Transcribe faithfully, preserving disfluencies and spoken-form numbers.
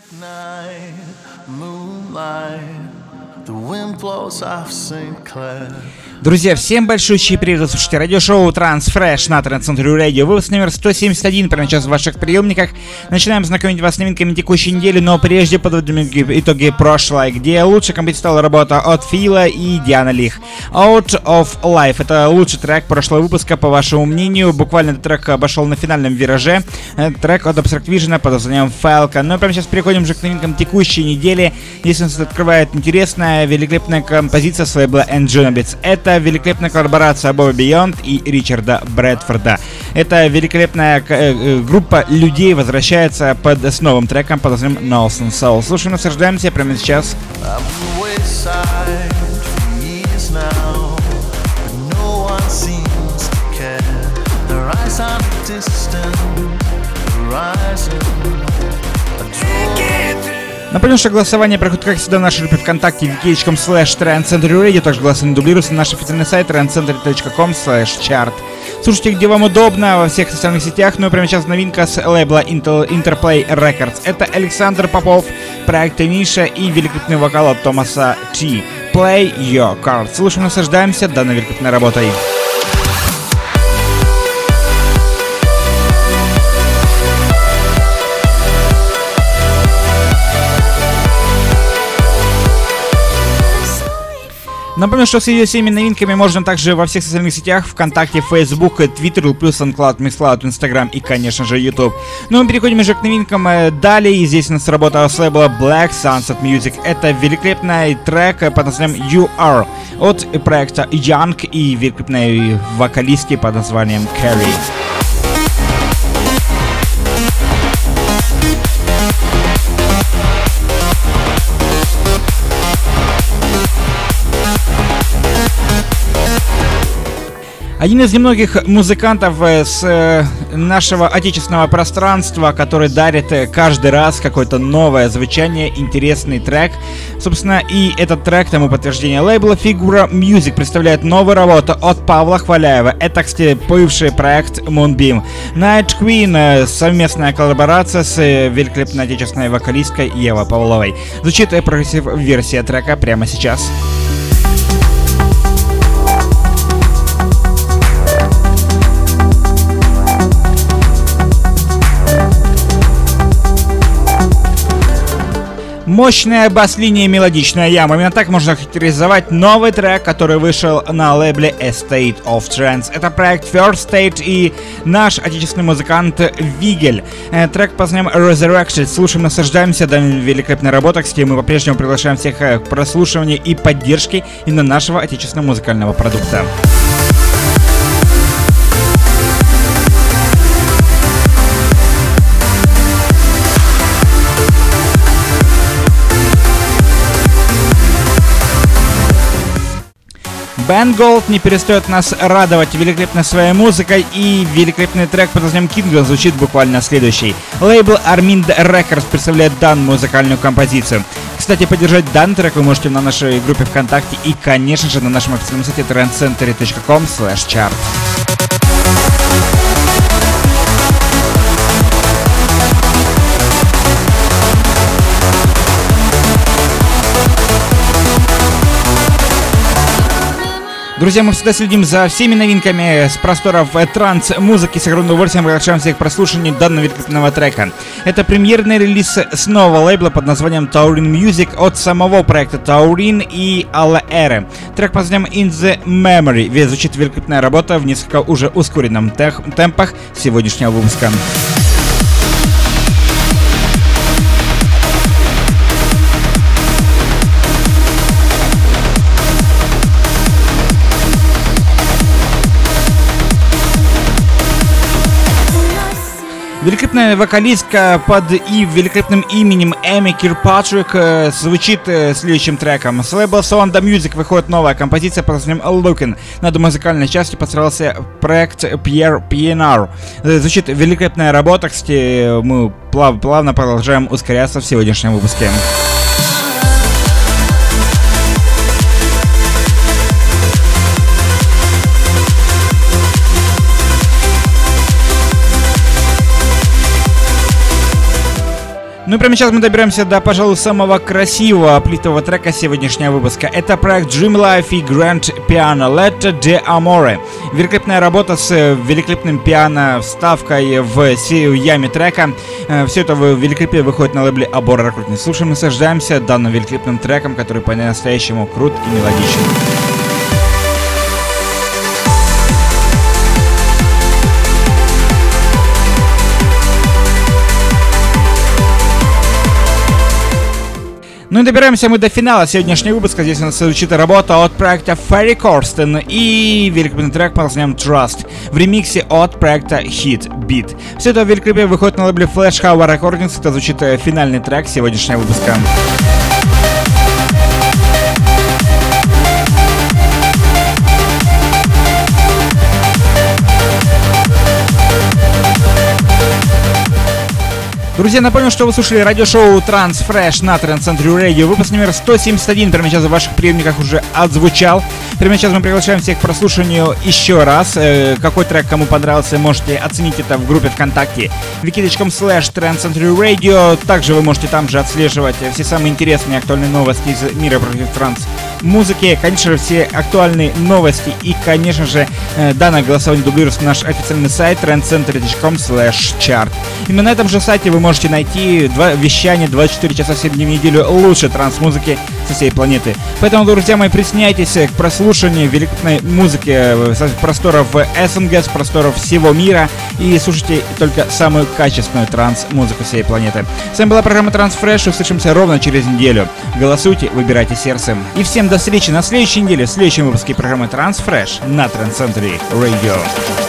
Друзья, всем большущий привет, слушайте радиошоу Transfresh на Trans-Century Radio. Выпуск номер сто семьдесят один прямо сейчас в ваших приемниках. Начинаем знакомить вас с новинками текущей недели, но прежде подводим итоги прошлой, где лучшей композицией стала работа от Фила и Дианы Лих. Out of Life — это лучший трек прошлого выпуска, по вашему мнению. Буквально этот трек обошел на финальном вираже. Трек от Abstract Vision под названием Falcon. Ну и прямо сейчас переходим уже к новинкам текущей недели. Здесь у нас открывает интересная, великолепная композиция с лейбла Anjunabits. Это великолепная коллаборация Боба Бейонд и Ричарда Брэдфорда. Эта великолепная э, группа людей возвращается под, с новым треком под названием Nelson Soul. Слушаем, наслаждаемся прямо сейчас. Напомню, что голосование проходит, как всегда, в нашей группе ВКонтакте ви ки эйч точка ком слэш Trans-Century Radio. Также голосование дублируется на наш официальный сайт трансцентри точка ком слэш чарт. Слушайте, где вам удобно, во всех социальных сетях. Ну и прямо сейчас новинка с лейбла Interplay Records. Это Александр Попов, проект Ниша и великолепный вокал от Томаса Чи. Play Your Cards. Слушаем, наслаждаемся данной великолепной работой. Напомню, что с ее всеми новинками можно также во всех социальных сетях: ВКонтакте, Facebook, Twitter, плюс SoundCloud, MixCloud, Instagram и, конечно же, YouTube. Ну, мы переходим уже к новинкам далее. И здесь у нас работа с лейбла Black Sunset Music. Это великолепный трек под названием You Are от проекта Young и великолепной вокалистки под названием Carrie. Один из немногих музыкантов с нашего отечественного пространства, который дарит каждый раз какое-то новое звучание, интересный трек. Собственно, и этот трек тому подтверждение. Лейбл Figura Music представляет новую работу от Павла Хваляева. Это, кстати, бывший проект Moonbeam. Night Queen — совместная коллаборация с великолепной отечественной вокалисткой Евой Павловой. Звучит прогрессив-версия трека прямо сейчас. Мощная бас-линия и мелодичная яма. Именно так можно характеризовать новый трек, который вышел на лейбле A State of Trance. Это проект First State и наш отечественный музыкант Вигель. Трек под названием Resurrected. Слушаем, наслаждаемся данной великолепной работой. Кстати, мы по-прежнему приглашаем всех к прослушиванию и поддержке именно нашего отечественного музыкального продукта. Бен Голд не перестает нас радовать великолепной своей музыкой, и великолепный трек под названием Kingdom звучит буквально следующий. Лейбл Armind Records представляет данную музыкальную композицию. Кстати, поддержать данный трек вы можете на нашей группе ВКонтакте и, конечно же, на нашем официальном сайте трансцентри точка ком слэш чарт. Друзья, мы всегда следим за всеми новинками с просторов транс-музыки. С огромным удовольствием приглашаем всех к прослушиванию данного великолепного трека. Это премьерный релиз с нового лейбла под названием Taurine Music от самого проекта Taurine и Alla Era. Трек под названием In the Memory. Ведь звучит великолепная работа в несколько уже ускоренном тех- темпах сегодняшнего выпуска. Великолепная вокалистка под и великолепным именем Эми Кирпатрик э, звучит э, следующим треком. С лейбла Sonda Music выходит новая композиция под названием Looking. Над музыкальной частью постарался проект Pierre Pienaar. Э, звучит великолепная работа. Кстати, мы плав, плавно продолжаем ускоряться в сегодняшнем выпуске. Ну и прямо сейчас мы доберемся до, пожалуй, самого красивого плитового трека сегодняшнего выпуска. Это проект Dream Life и Grand Piano Letter de Amore. Великолепная работа с великолепным пиано вставкой в яме трека. Все это великолепие выходит на лейбле Abora Recordings. Слушаем и наслаждаемся данным великолепным треком, который по-настоящему крут и мелодичен. Ну и добираемся мы до финала сегодняшнего выпуска. Здесь у нас звучит работа от проекта Ferry Corsten и великолепный трек под названием Trust в ремиксе от проекта Hit Beat. Все это великолепие выходит на лейбле Flash Hour Recordings. Это звучит финальный трек сегодняшнего выпуска. Друзья, напомню, что вы слушали радиошоу Transfresh на Trance Century Radio. Выпуск номер сто семьдесят один прямо сейчас в ваших приемниках уже отзвучал. Прямо сейчас мы приглашаем всех к прослушиванию еще раз. Э, какой трек кому понравился, можете оценить это в группе ВКонтакте wiki точка com slash Trance Century Radio. Также вы можете там же отслеживать все самые интересные актуальные новости из мира против транс-музыки. Конечно же, все актуальные новости и, конечно же, э, данное голосование дублируется на наш официальный сайт trance century точка com slash chart. Именно на этом же сайте вы можете найти два вещания двадцать четыре часа семь дней в неделю лучшей транс-музыки со всей планеты. Поэтому, друзья мои, присоединяйтесь к прослушиванию великолепной музыки с просторов СНГ, с просторов всего мира и слушайте только самую качественную транс-музыку всей планеты. С вами была программа Transfresh. Услышимся ровно через неделю. Голосуйте, выбирайте сердцем. И всем до встречи на следующей неделе в следующем выпуске программы Transfresh на Trance Century Radio.